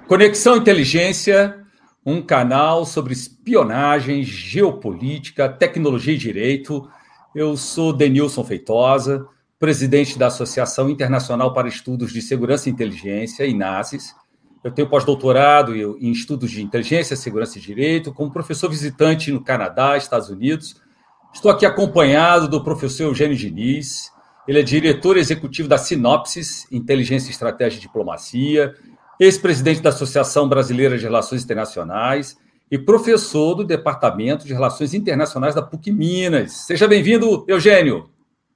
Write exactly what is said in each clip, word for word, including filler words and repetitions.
Conexão Inteligência, um canal sobre espionagem, geopolítica, tecnologia e direito. Eu sou Denilson Feitosa, presidente da Associação Internacional para Estudos de Segurança e Inteligência, INASES. Eu tenho pós-doutorado em estudos de inteligência, segurança e direito, como professor visitante no Canadá, Estados Unidos. Estou aqui acompanhado do professor Eugênio Diniz. Ele é diretor executivo da Sinopsis, Inteligência, Estratégia e Diplomacia, ex-presidente da Associação Brasileira de Relações Internacionais e professor do Departamento de Relações Internacionais da PUC Minas. Seja bem-vindo, Eugênio.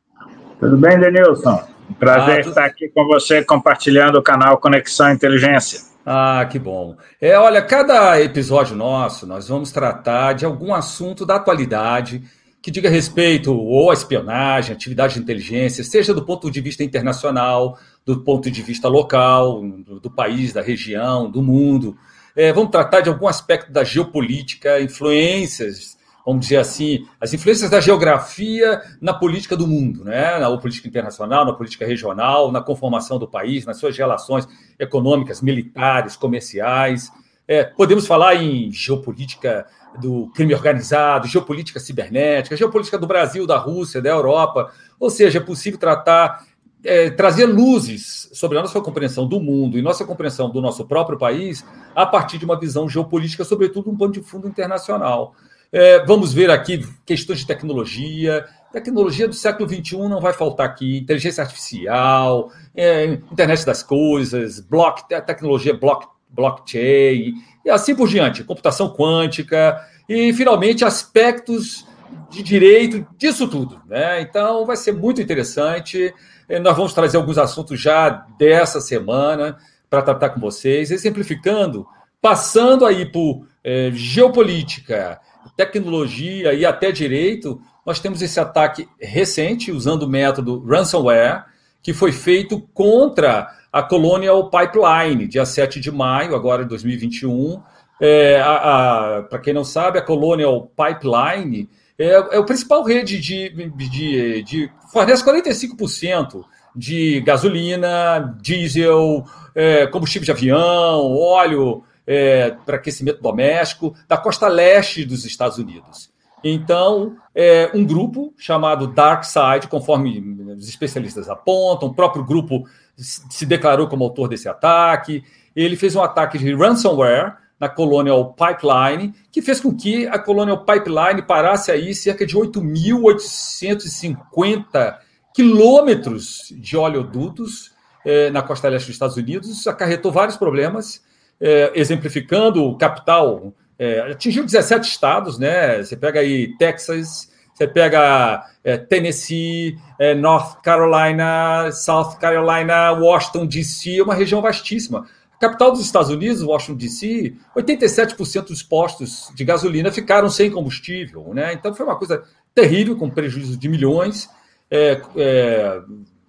Tudo bem, Denilson? Prazer ah, tu... estar aqui com você, compartilhando o canal Conexão Inteligência. Ah, que bom. É, olha, cada episódio nosso, nós vamos tratar de algum assunto da atualidade que diga respeito ou à espionagem, atividade de inteligência, seja do ponto de vista internacional, do ponto de vista local, do, do país, da região, do mundo. É, vamos tratar de algum aspecto da geopolítica, influências, vamos dizer assim, as influências da geografia na política do mundo, né? Na política internacional, na política regional, na conformação do país, nas suas relações econômicas, militares, comerciais. É, podemos falar em geopolítica do crime organizado, geopolítica cibernética, geopolítica do Brasil, da Rússia, da Europa. Ou seja, é possível tratar, é, trazer luzes sobre a nossa compreensão do mundo e nossa compreensão do nosso próprio país a partir de uma visão geopolítica, sobretudo um pano de fundo internacional. É, vamos ver aqui questões de tecnologia. Tecnologia do século vinte e um não vai faltar aqui. Inteligência artificial, é, internet das coisas, block, tecnologia block, blockchain, e assim por diante, computação quântica, e, finalmente, aspectos de direito disso tudo, né? Então, vai ser muito interessante. Nós vamos trazer alguns assuntos já dessa semana para tratar com vocês, exemplificando, passando aí por é, geopolítica, tecnologia e até direito. Nós temos esse ataque recente, usando o método ransomware, que foi feito contra a Colonial Pipeline, dia sete de maio, agora de dois mil e vinte e um. É, para quem não sabe, a Colonial Pipeline é, é a principal rede de, de, de... fornece quarenta e cinco por cento de gasolina, diesel, é, combustível de avião, óleo é, para aquecimento doméstico, da costa leste dos Estados Unidos. Então, é, um grupo chamado DarkSide, conforme os especialistas apontam, o próprio grupo se declarou como autor desse ataque. Ele fez um ataque de ransomware na Colonial Pipeline, que fez com que a Colonial Pipeline parasse aí cerca de oito mil oitocentos e cinquenta quilômetros de oleodutos eh, na costa leste dos Estados Unidos. Isso acarretou vários problemas, eh, exemplificando o capital. Eh, atingiu dezessete estados, né? Você pega aí Texas, você pega é, Tennessee, é, North Carolina, South Carolina, Washington, D C, uma região vastíssima. A capital dos Estados Unidos, Washington, D C, oitenta e sete por cento dos postos de gasolina ficaram sem combustível, né? Então foi uma coisa terrível, com prejuízo de milhões. É, é,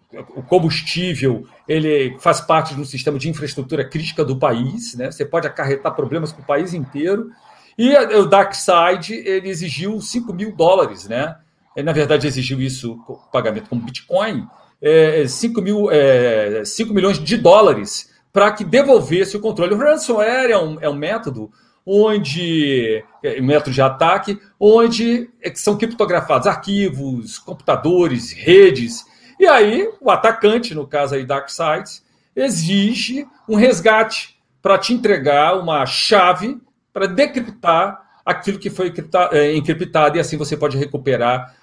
o combustível ele faz parte de um sistema de infraestrutura crítica do país, né? Você pode acarretar problemas para o país inteiro. E o DarkSide ele exigiu cinco mil dólares, né? Ele, na verdade, exigiu isso, pagamento com Bitcoin, é, cinco milhões de dólares para que devolvesse o controle. O ransomware é um, é um método onde é um método de ataque, onde são criptografados arquivos, computadores, redes. E aí, o atacante, no caso aí DarkSide, exige um resgate para te entregar uma chave para decriptar aquilo que foi encriptado, e assim você pode recuperar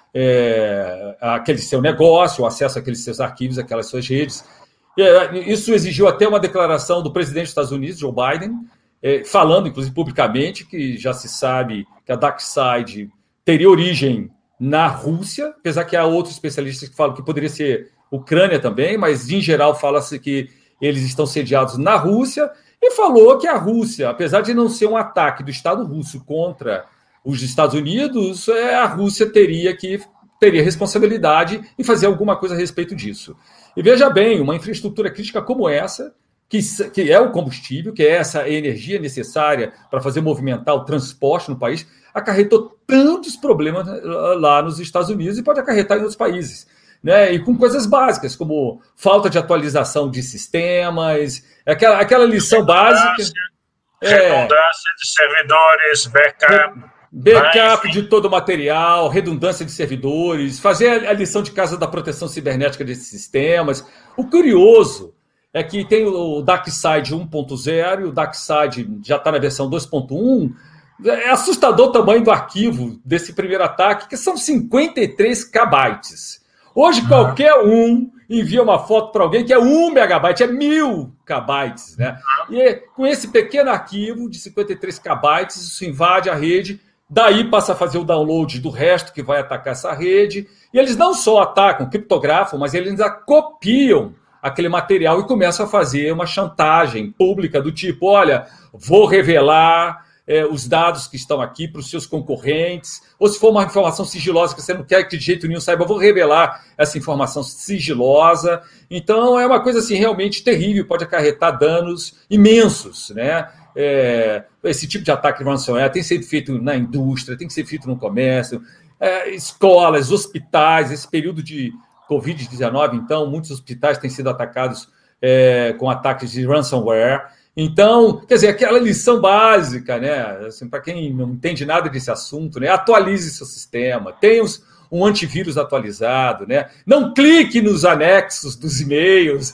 é, aquele seu negócio, o acesso àqueles seus arquivos, aquelas suas redes. Isso exigiu até uma declaração do presidente dos Estados Unidos, Joe Biden, é, falando, inclusive, publicamente, que já se sabe que a DarkSide teria origem na Rússia, apesar que há outros especialistas que falam que poderia ser Ucrânia também, mas, em geral, fala-se que eles estão sediados na Rússia. E falou que a Rússia, apesar de não ser um ataque do Estado russo contra os Estados Unidos, a Rússia teria que teria responsabilidade em fazer alguma coisa a respeito disso. E veja bem, uma infraestrutura crítica como essa, que, que é o combustível, que é essa energia necessária para fazer movimentar o transporte no país, acarretou tantos problemas lá nos Estados Unidos e pode acarretar em outros países. né? E com coisas básicas, como falta de atualização de sistemas, aquela, aquela lição básica. Redundância é, de servidores, backup. Backup mas... de todo o material, redundância de servidores, fazer a lição de casa da proteção cibernética desses sistemas. O curioso é que tem o DarkSide um ponto zero e o DarkSide já está na versão dois ponto um. É assustador o tamanho do arquivo desse primeiro ataque, que são cinquenta e três kbytes. Hoje, qualquer um envia uma foto para alguém que é um megabyte, é mil kbytes, né? E com esse pequeno arquivo de cinquenta e três kbytes, isso invade a rede, daí passa a fazer o download do resto que vai atacar essa rede. E eles não só atacam, criptografam, mas eles ainda copiam aquele material e começam a fazer uma chantagem pública do tipo, olha, vou revelar é, os dados que estão aqui para os seus concorrentes, ou se for uma informação sigilosa que você não quer que de jeito nenhum saiba, eu vou revelar essa informação sigilosa. Então é uma coisa assim realmente terrível, pode acarretar danos imensos, né? É, esse tipo de ataque de ransomware tem que ser feito na indústria, tem que ser feito no comércio, é, escolas, hospitais. Esse período de covid dezenove, então, muitos hospitais têm sido atacados é, com ataques de ransomware. Então, quer dizer, aquela lição básica, né? Assim, para quem não entende nada desse assunto, né? Atualize seu sistema, tenha um antivírus atualizado, né? Não clique nos anexos dos e-mails,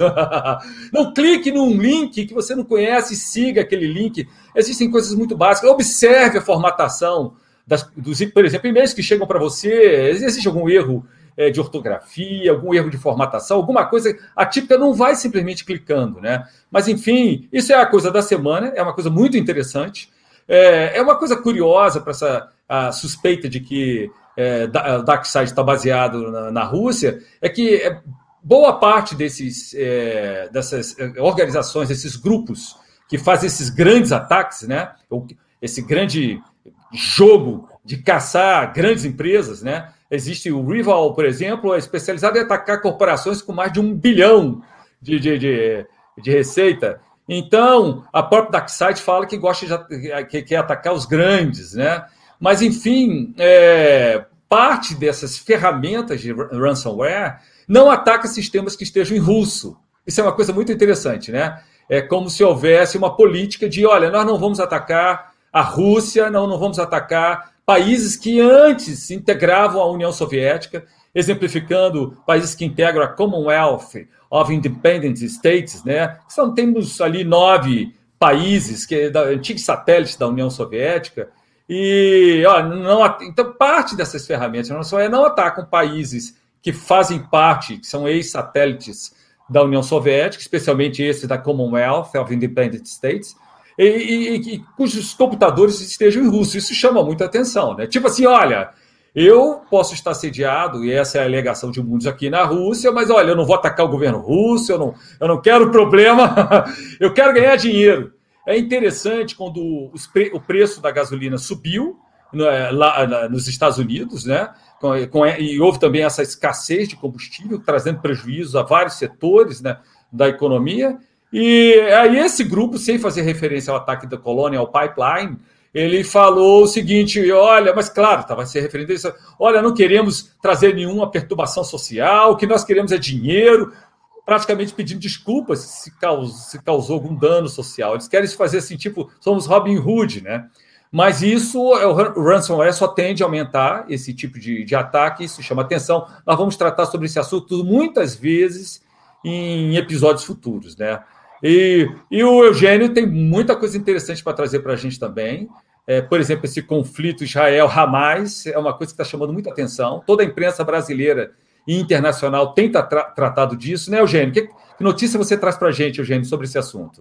não clique num link que você não conhece e siga aquele link. Existem coisas muito básicas. Observe a formatação das, dos, por exemplo, e-mails que chegam para você. Existe algum erro é, de ortografia, algum erro de formatação, alguma coisa atípica, não vai simplesmente clicando, né? Mas, enfim, isso é a coisa da semana, é uma coisa muito interessante. É, é uma coisa curiosa para essa a suspeita de que É, o DarkSide está baseado na, na Rússia, é que é, boa parte desses, é, dessas organizações, desses grupos que fazem esses grandes ataques, né, esse grande jogo de caçar grandes empresas, né, existe o Rival, por exemplo, é especializado em atacar corporações com mais de um bilhão de, de, de, de receita. Então, a própria DarkSide fala que gosta de que quer atacar os grandes, né? Mas, enfim, é, parte dessas ferramentas de ransomware não ataca sistemas que estejam em russo. Isso é uma coisa muito interessante, né? É como se houvesse uma política de, olha, nós não vamos atacar a Rússia, não, não vamos atacar países que antes integravam a União Soviética, exemplificando países que integram a Commonwealth of Independent States, né? São, temos ali nove países, que da, antigos satélites da União Soviética. E ó, não, então, parte dessas ferramentas não, só é, não atacam países que fazem parte, que são ex-satélites da União Soviética, especialmente esse da Commonwealth of Independent States, e, e, e cujos computadores estejam em russo. Isso chama muita atenção, né? Tipo assim, olha, eu posso estar sediado, e essa é a alegação de muitos aqui na Rússia, mas olha, eu não vou atacar o governo russo, eu não, eu não quero problema, eu quero ganhar dinheiro. É interessante quando os pre, o preço da gasolina subiu né, lá na, nos Estados Unidos, né? Com, com, e houve também essa escassez de combustível, trazendo prejuízo a vários setores né, da economia. E aí esse grupo, sem fazer referência ao ataque da Colonial Pipeline, ele falou o seguinte, olha, mas claro, estava se referindo a isso, olha, não queremos trazer nenhuma perturbação social, o que nós queremos é dinheiro, praticamente pedindo desculpas se causou, se causou algum dano social. Eles querem se fazer assim, tipo, somos Robin Hood, né? Mas isso, o ransomware só tende a aumentar esse tipo de, de ataque, isso chama atenção. Nós vamos tratar sobre esse assunto muitas vezes em episódios futuros, né? E, e o Eugênio tem muita coisa interessante para trazer para a gente também. É, por exemplo, esse conflito Israel-Hamas é uma coisa que está chamando muita atenção. Toda a imprensa brasileira e internacional tem tra- tratado disso, né, Eugênio? Que, que notícia você traz para a gente, Eugênio, sobre esse assunto?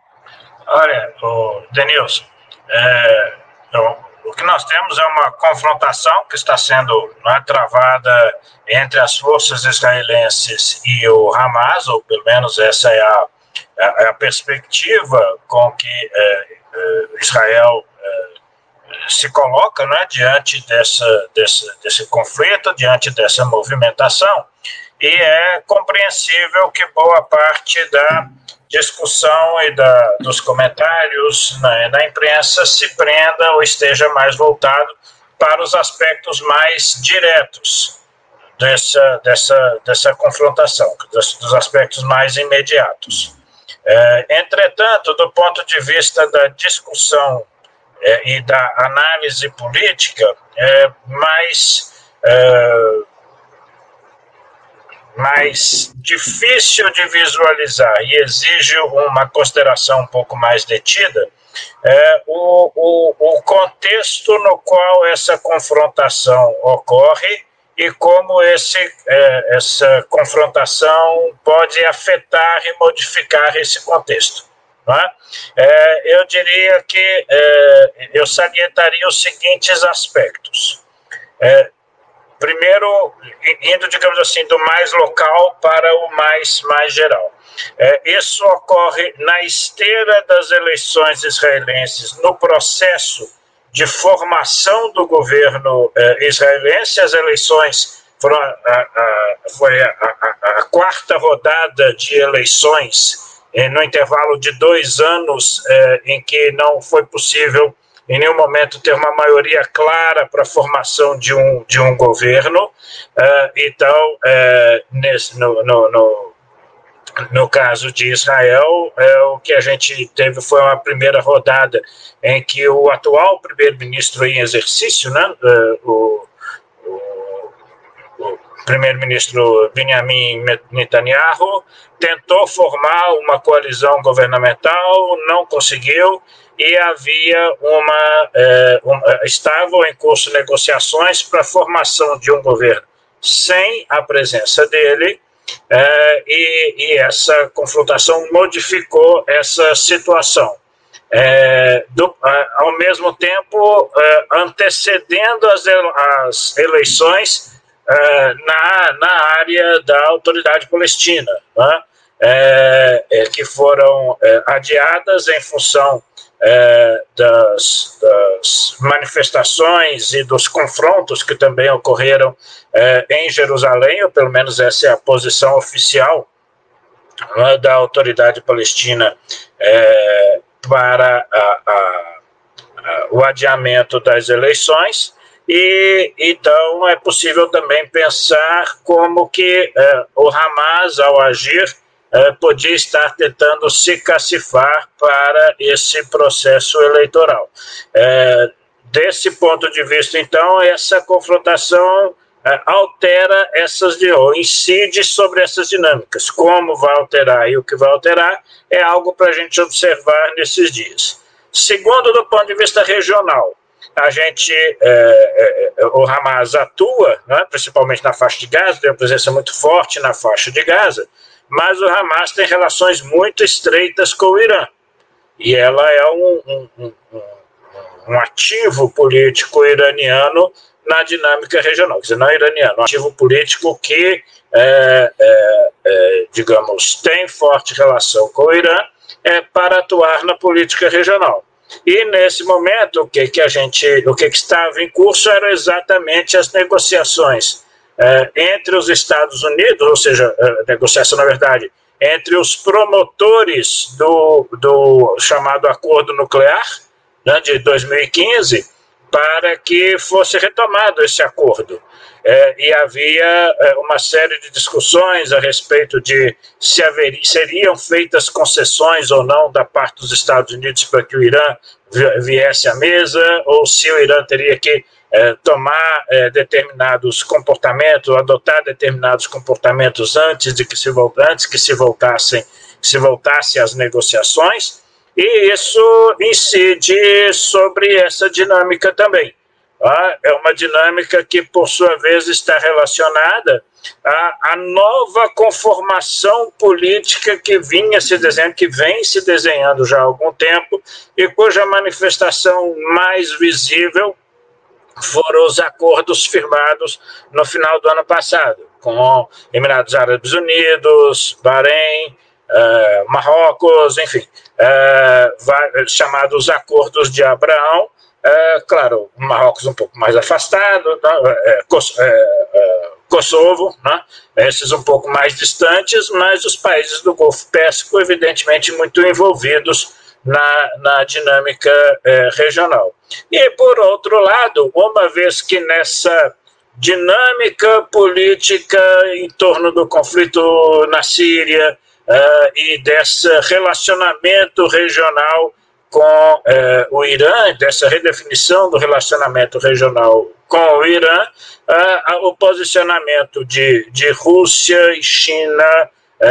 Olha, o Denilson, é, então, o que nós temos é uma confrontação que está sendo né, travada entre as forças israelenses e o Hamas, ou pelo menos essa é a, a, a perspectiva com que é, é, Israel é, se coloca né, diante dessa, desse, desse conflito, diante dessa movimentação, e é compreensível que boa parte da discussão e da, dos comentários na, na imprensa se prenda ou esteja mais voltado para os aspectos mais diretos dessa, dessa, dessa confrontação, dos, dos aspectos mais imediatos. É, entretanto, do ponto de vista da discussão é, e da análise política, é mais, é, mais difícil de visualizar e exige uma consideração um pouco mais detida, é o, o, o contexto no qual essa confrontação ocorre e como esse, é, essa confrontação pode afetar e modificar esse contexto. Não é? É, eu diria que é, eu salientaria os seguintes aspectos. É, primeiro, indo, digamos assim, do mais local para o mais, mais geral. É, isso ocorre na esteira das eleições israelenses, no processo de formação do governo eh, israelense. As eleições foram a, a, a, foi a, a, a quarta rodada de eleições eh, no intervalo de dois anos eh, em que não foi possível em nenhum momento ter uma maioria clara para a formação de um, de um governo. Uh, então, uh, nesse, no, no, no, no caso de Israel, é, o que a gente teve foi uma primeira rodada em que o atual primeiro-ministro em exercício, né, uh, o, o, o primeiro-ministro Benjamin Netanyahu, tentou formar uma coalizão governamental, não conseguiu, e havia uma, é, uma estavam em curso negociações para a formação de um governo sem a presença dele, é, e, e essa confrontação modificou essa situação. É, do, ao mesmo tempo, é, antecedendo as, as eleições é, na, na área da Autoridade Palestina, né, é, é, que foram é, adiadas em função É, das, das manifestações e dos confrontos que também ocorreram é, em Jerusalém, ou pelo menos essa é a posição oficial, né, da Autoridade Palestina é, para a, a, a, o adiamento das eleições. E então é possível também pensar como que é, o Hamas, ao agir, É, podia estar tentando se cacifar para esse processo eleitoral. É, desse ponto de vista, então, essa confrontação é, altera essas, ou incide sobre essas dinâmicas. Como vai alterar e o que vai alterar é algo para a gente observar nesses dias. Segundo, do ponto de vista regional, a gente, é, é, o Hamas atua, né, principalmente na faixa de Gaza, tem uma presença muito forte na faixa de Gaza, mas o Hamas tem relações muito estreitas com o Irã. E ela é um, um, um, um ativo político iraniano na dinâmica regional. Quer dizer, não é iraniano, é um ativo político que, é, é, é, digamos, tem forte relação com o Irã é, para atuar na política regional. E, nesse momento, o que, que, a gente, o que, que estava em curso eram exatamente as negociações É, entre os Estados Unidos, ou seja, a negociação, na verdade, entre os promotores do, do chamado Acordo Nuclear, né, de dois mil e quinze, para que fosse retomado esse acordo. É, e havia é, uma série de discussões a respeito de se haveria, seriam feitas concessões ou não da parte dos Estados Unidos para que o Irã viesse à mesa, ou se o Irã teria que É, tomar é, determinados comportamentos, adotar determinados comportamentos antes de que se antes que se voltassem, se voltasse às negociações, e isso incide sobre essa dinâmica também. Tá? É uma dinâmica que, por sua vez, está relacionada à, à nova conformação política que vinha se desenhando, que vem se desenhando já há algum tempo, e cuja manifestação mais visível foram os acordos firmados no final do ano passado, com Emirados Árabes Unidos, Bahrein, uh, Marrocos, enfim, uh, chamados Acordos de Abraão. Uh, claro, Marrocos um pouco mais afastado, uh, uh, Kosovo, né? Esses um pouco mais distantes, mas os países do Golfo Pérsico, evidentemente, muito envolvidos Na, na dinâmica eh, regional. E, por outro lado, uma vez que nessa dinâmica política em torno do conflito na Síria uh, e desse relacionamento regional com uh, o Irã, dessa redefinição do relacionamento regional com o Irã, uh, o posicionamento de, de Rússia e China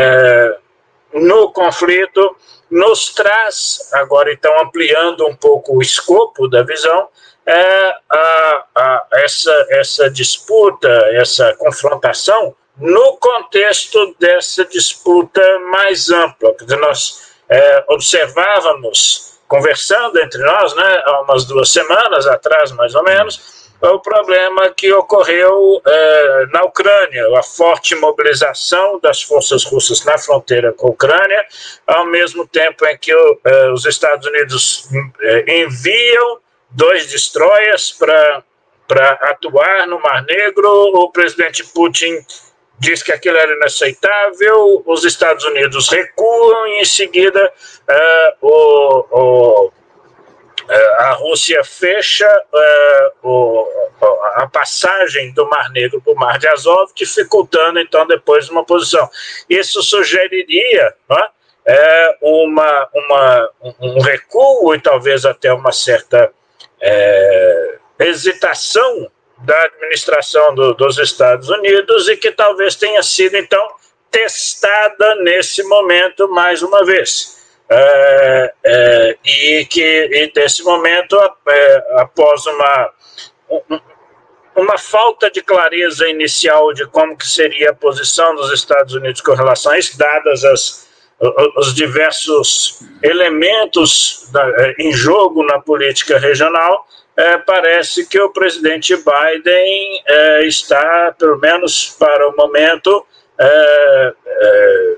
uh, no conflito nos traz, agora então ampliando um pouco o escopo da visão, é, a, a, essa, essa disputa, essa confrontação no contexto dessa disputa mais ampla. Quer dizer, nós é, observávamos, conversando entre nós, né, há umas duas semanas atrás, mais ou menos, o problema que ocorreu é, na Ucrânia, a forte mobilização das forças russas na fronteira com a Ucrânia, ao mesmo tempo em que o, é, os Estados Unidos é, enviam dois destroyers para atuar no Mar Negro. O presidente Putin diz que aquilo era inaceitável, os Estados Unidos recuam e, em seguida, uh, o, o, uh, a Rússia fecha uh, o, a passagem do Mar Negro para o Mar de Azov, dificultando, então, depois uma posição. Isso sugeriria, não é? É, uma, uma, um recuo e talvez até uma certa É, hesitação da administração do, dos Estados Unidos e que talvez tenha sido, então, testada nesse momento mais uma vez. É, é, e que e nesse momento, é, após uma, um, uma falta de clareza inicial de como que seria a posição dos Estados Unidos com relação a isso, dadas as os diversos elementos da, em jogo na política regional, é, parece que o presidente Biden é, está, pelo menos para o momento, é, é,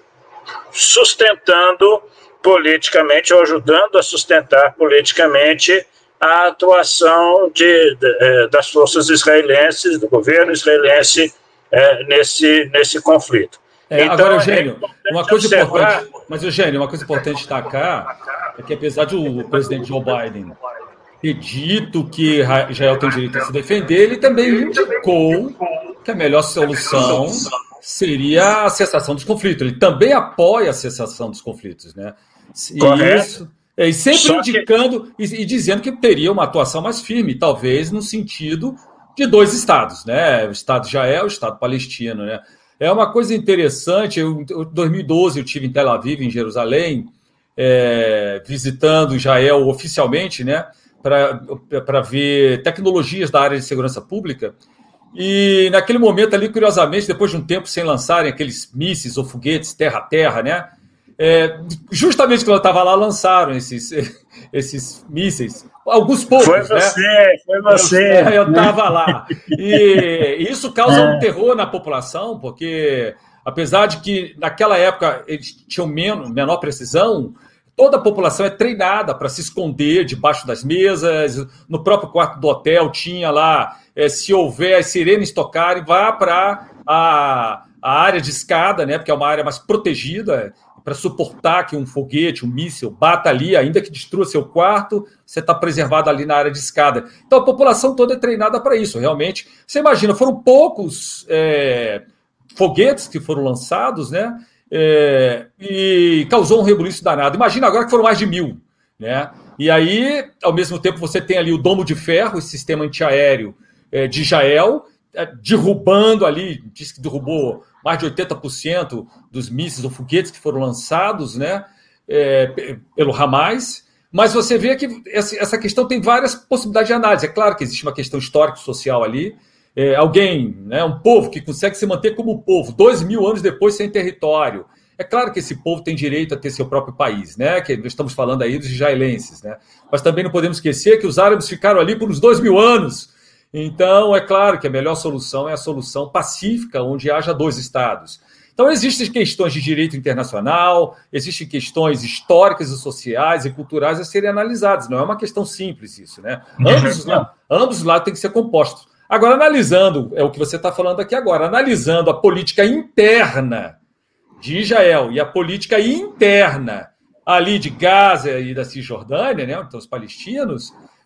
sustentando politicamente, ou ajudando a sustentar politicamente a atuação de, de, de, das forças israelenses, do governo israelense, é, nesse, nesse conflito. É, então, agora, Eugênio, é uma coisa observar... importante, mas, Eugênio, uma coisa importante destacar é que, apesar de o presidente Joe Biden ter dito que Israel tem direito a se defender, ele também indicou que a melhor solução seria a cessação dos conflitos. Ele também apoia a cessação dos conflitos, né? E, isso, é, e sempre Só indicando que... e, e dizendo que teria uma atuação mais firme, talvez no sentido de dois estados, né? O Estado de Israel e o Estado palestino, né? É uma coisa interessante. Eu, em dois mil e doze eu estive em Tel Aviv, em Jerusalém, é, visitando Israel oficialmente, né, para ver tecnologias da área de segurança pública. E naquele momento ali, curiosamente, depois de um tempo sem lançarem aqueles mísseis ou foguetes terra-terra, né, é, justamente quando eu estava lá, lançaram esses, esses mísseis. Alguns poucos, foi você, né? Foi você. Eu estava lá. E isso causa um terror na população, porque, apesar de que naquela época eles tinham menos, menor precisão, toda a população é treinada para se esconder debaixo das mesas. No próprio quarto do hotel tinha lá, é, se houver as sirenes tocarem, vá para a, a área de escada, né? Porque é uma área mais protegida, para suportar que um foguete, um míssil, bata ali, ainda que destrua seu quarto, você está preservado ali na área de escada. Então, a população toda é treinada para isso, realmente. Você imagina, foram poucos é, foguetes que foram lançados, né? É, e causou um rebuliço danado. Imagina agora que foram mais de mil, né? E aí, ao mesmo tempo, você tem ali o Domo de Ferro, esse sistema antiaéreo é, de Israel, é, derrubando ali, diz que derrubou mais de oitenta por cento dos mísseis ou foguetes que foram lançados, né, é, pelo Hamas. Mas você vê que essa questão tem várias possibilidades de análise. É claro que existe uma questão histórico-social ali. É, alguém, né, um povo que consegue se manter como povo, dois mil anos depois sem território. É claro que esse povo tem direito a ter seu próprio país, né? Que nós estamos falando aí dos israelenses, né? Mas também não podemos esquecer que os árabes ficaram ali por uns dois mil anos. Então, é claro que a melhor solução é a solução pacífica, onde haja dois estados. Então, existem questões de direito internacional, existem questões históricas e sociais e culturais a serem analisadas. Não é uma questão simples isso, né? Ambos os lados, ambos os lados têm que ser compostos. Agora, analisando, é o que você está falando aqui agora, analisando a política interna de Israel e a política interna ali de Gaza e da Cisjordânia, né, então os palestinos,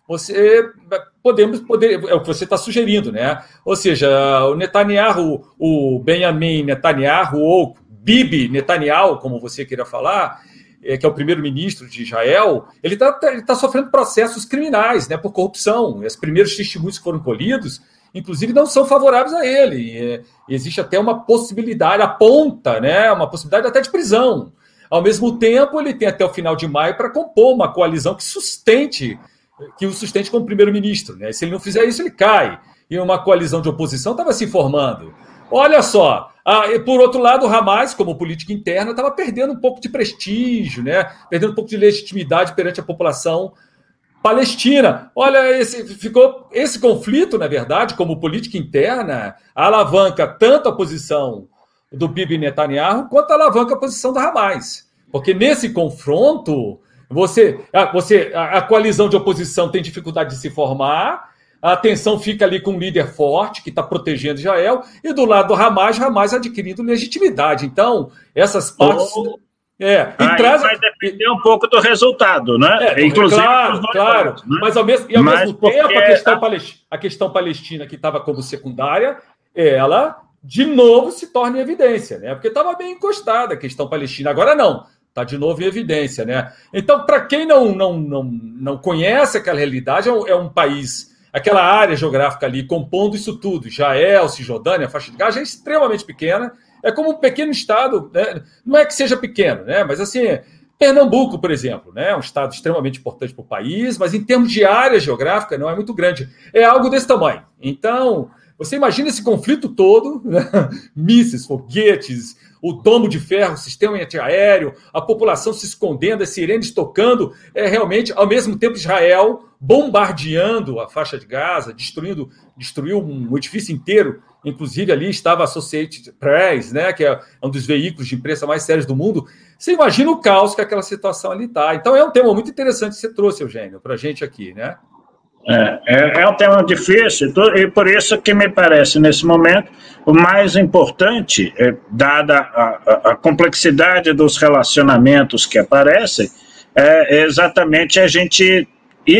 você podemos poder, é o que você está sugerindo, né? Ou seja, o Netanyahu, o Benjamin Netanyahu, ou Bibi Netanyahu, como você queira falar, é, que é o primeiro-ministro de Israel, ele está ele tá sofrendo processos criminais, né, por corrupção. Os primeiros testemunhos que foram colhidos, inclusive, não são favoráveis a ele. É, existe até uma possibilidade, aponta, né, uma possibilidade até de prisão. Ao mesmo tempo, ele tem até o final de maio para compor uma coalizão que sustente, que o sustente como primeiro-ministro, né? Se ele não fizer isso, ele cai. E uma coalizão de oposição estava se formando. Olha só, ah, e por outro lado, o Hamas, como política interna, estava perdendo um pouco de prestígio, né? Perdendo um pouco de legitimidade perante a população palestina. Olha, esse, ficou, esse conflito, na verdade, como política interna, alavanca tanto a posição do Bibi Netanyahu quanto alavanca a posição do Hamas. Porque nesse confronto, você, a, você, a, a coalizão de oposição tem dificuldade de se formar, a tensão fica ali com um líder forte que está protegendo Israel, e do lado do Hamas, Hamas adquirindo legitimidade. Então, essas partes... Oh. É, e traz... vai depender um pouco do resultado, né? É, inclusive, claro, claro. Lados, né? Mas ao mesmo, e ao Mas mesmo porque... tempo, a questão, palestina, a questão palestina, que estava como secundária, ela, de novo, se torna em evidência, né? Porque estava bem encostada a questão palestina. Agora não, está de novo em evidência, né? Então, para quem não, não, não, não conhece aquela realidade, é um, é um país... Aquela área geográfica ali, compondo isso tudo, Israel, Cisjordânia, a faixa de Gaza, é extremamente pequena, é como um pequeno estado, né? Não é que seja pequeno, né? Mas assim, Pernambuco, por exemplo, né? É um estado extremamente importante para o país, mas em termos de área geográfica não é muito grande, é algo desse tamanho. Então, você imagina esse conflito todo, né? Mísseis, foguetes, o domo de ferro, o sistema antiaéreo, a população se escondendo, as sirenes tocando, é realmente, ao mesmo tempo, Israel bombardeando a faixa de Gaza, destruindo, destruiu um edifício inteiro, inclusive ali estava a Associated Press, né, que é um dos veículos de imprensa mais sérios do mundo. Você imagina o caos que aquela situação ali está. Então é um tema muito interessante que você trouxe, Eugênio, para a gente aqui, né? É, é, é um tema difícil, e por isso que me parece, nesse momento, o mais importante, é, dada a, a, a complexidade dos relacionamentos que aparecem, é exatamente a gente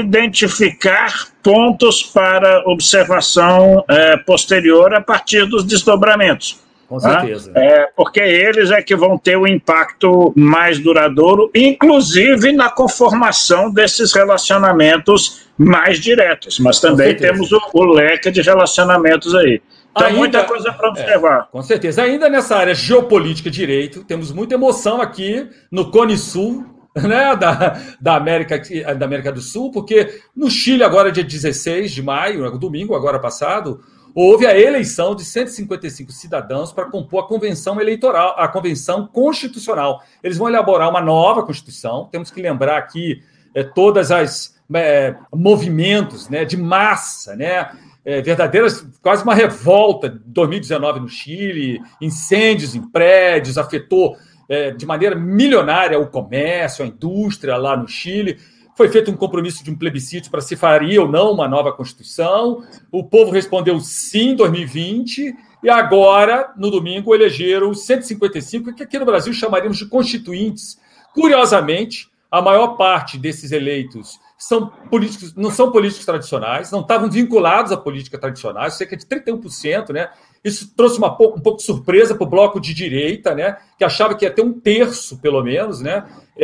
identificar pontos para observação é, posterior a partir dos desdobramentos. Com certeza. Tá? É, porque eles é que vão ter o impacto mais duradouro, inclusive na conformação desses relacionamentos mais diretos, mas também temos o, o leque de relacionamentos aí. Então, ainda, muita coisa para observar. É, com certeza. Ainda nessa área geopolítica direito, temos muita emoção aqui no Cone Sul, né, da, da, América, da América do Sul, porque no Chile, agora dia dezesseis de maio, domingo agora passado, houve a eleição de cento e cinquenta e cinco cidadãos para compor a convenção eleitoral, a convenção constitucional. Eles vão elaborar uma nova constituição. Temos que lembrar aqui é, todas as é, movimentos, né, de massa, né, é, verdadeiras, quase uma revolta de dois mil e dezenove no Chile, incêndios em prédios, afetou é, de maneira milionária o comércio, a indústria lá no Chile. Foi feito um compromisso de um plebiscito para se faria ou não uma nova Constituição. O povo respondeu sim em dois mil e vinte, e agora, no domingo, elegeram os cento e cinquenta e cinco, que aqui no Brasil chamaríamos de constituintes. Curiosamente, a maior parte desses eleitos são políticos, não são políticos tradicionais, não estavam vinculados à política tradicional, cerca de trinta e um por cento, né? Isso trouxe uma, um pouco de surpresa para o bloco de direita, né, que achava que ia ter um terço, pelo menos, né,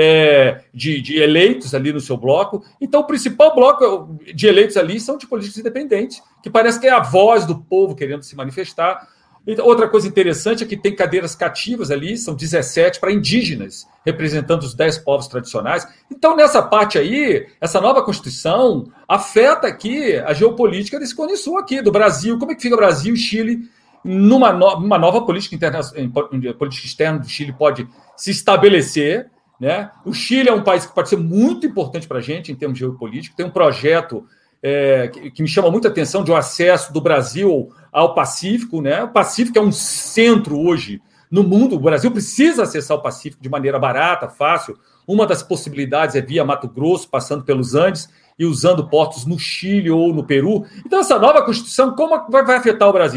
é, de, de eleitos ali no seu bloco. Então, o principal bloco de eleitos ali são de políticos independentes, que parece que é a voz do povo querendo se manifestar. Então, outra coisa interessante é que tem cadeiras cativas ali, são dezessete para indígenas, representando os dez povos tradicionais. Então, nessa parte aí, essa nova Constituição afeta aqui a geopolítica desse Cone Sul aqui, do Brasil. Como é que fica o Brasil e Chile numa no, uma nova política, interna, política externa do Chile pode se estabelecer, né? O Chile é um país que pode ser muito importante para a gente em termos geopolíticos, tem um projeto é, que, que me chama muita atenção de um acesso do Brasil ao Pacífico, né? O Pacífico é um centro hoje no mundo, o Brasil precisa acessar o Pacífico de maneira barata, fácil. Uma das possibilidades é via Mato Grosso, passando pelos Andes e usando portos no Chile ou no Peru. Então, essa nova Constituição, como vai afetar o Brasil?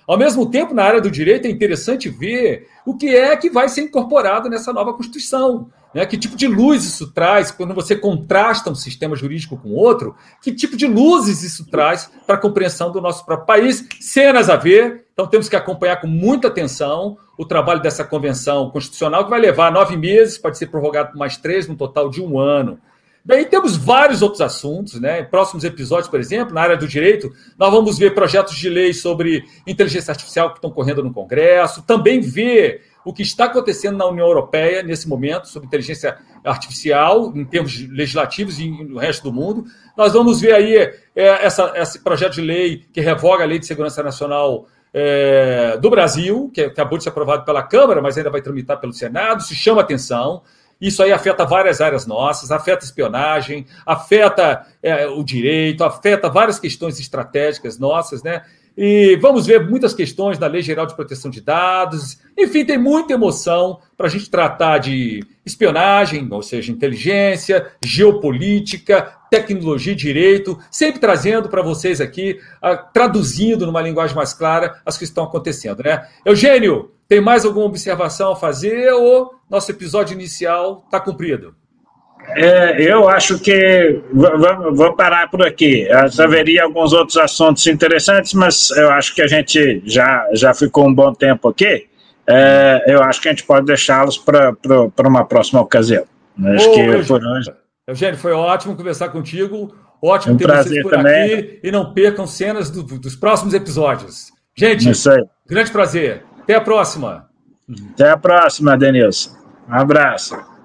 Ao mesmo tempo, na área do direito, é interessante ver o que é que vai ser incorporado nessa nova Constituição. Né? Que tipo de luz isso traz quando você contrasta um sistema jurídico com outro? Que tipo de luzes isso traz para a compreensão do nosso próprio país? Cenas a ver, então temos que acompanhar com muita atenção o trabalho dessa convenção constitucional, que vai levar nove meses, pode ser prorrogado por mais três, no total de um ano. Daí temos vários outros assuntos, né? Em próximos episódios, por exemplo, na área do direito, nós vamos ver projetos de lei sobre inteligência artificial que estão correndo no Congresso, também ver o que está acontecendo na União Europeia nesse momento sobre inteligência artificial, em termos legislativos e no resto do mundo. Nós vamos ver aí é, essa, esse projeto de lei que revoga a Lei de Segurança Nacional é, do Brasil, que acabou de ser aprovado pela Câmara, mas ainda vai tramitar pelo Senado, se chama atenção. Isso aí afeta várias áreas nossas, afeta espionagem, afeta é, o direito, afeta várias questões estratégicas nossas, né? E vamos ver muitas questões da Lei Geral de Proteção de Dados. Enfim, tem muita emoção para a gente tratar de espionagem, ou seja, inteligência, geopolítica, tecnologia e direito, sempre trazendo para vocês aqui, traduzindo numa linguagem mais clara as que estão acontecendo, né? Eugênio, tem mais alguma observação a fazer ou nosso episódio inicial está cumprido? É, eu acho que vou parar por aqui. Haveria alguns outros assuntos interessantes, mas eu acho que a gente já, já ficou um bom tempo aqui. É, eu acho que a gente pode deixá-los para uma próxima ocasião. Acho Ô, que Eugênio, por hoje... Eugênio, foi ótimo conversar contigo. Ótimo um ter vocês por também. aqui. E não percam cenas do, dos próximos episódios. Gente, Isso aí. Grande prazer. Até a próxima. Até a próxima, Denilson. Um abraço.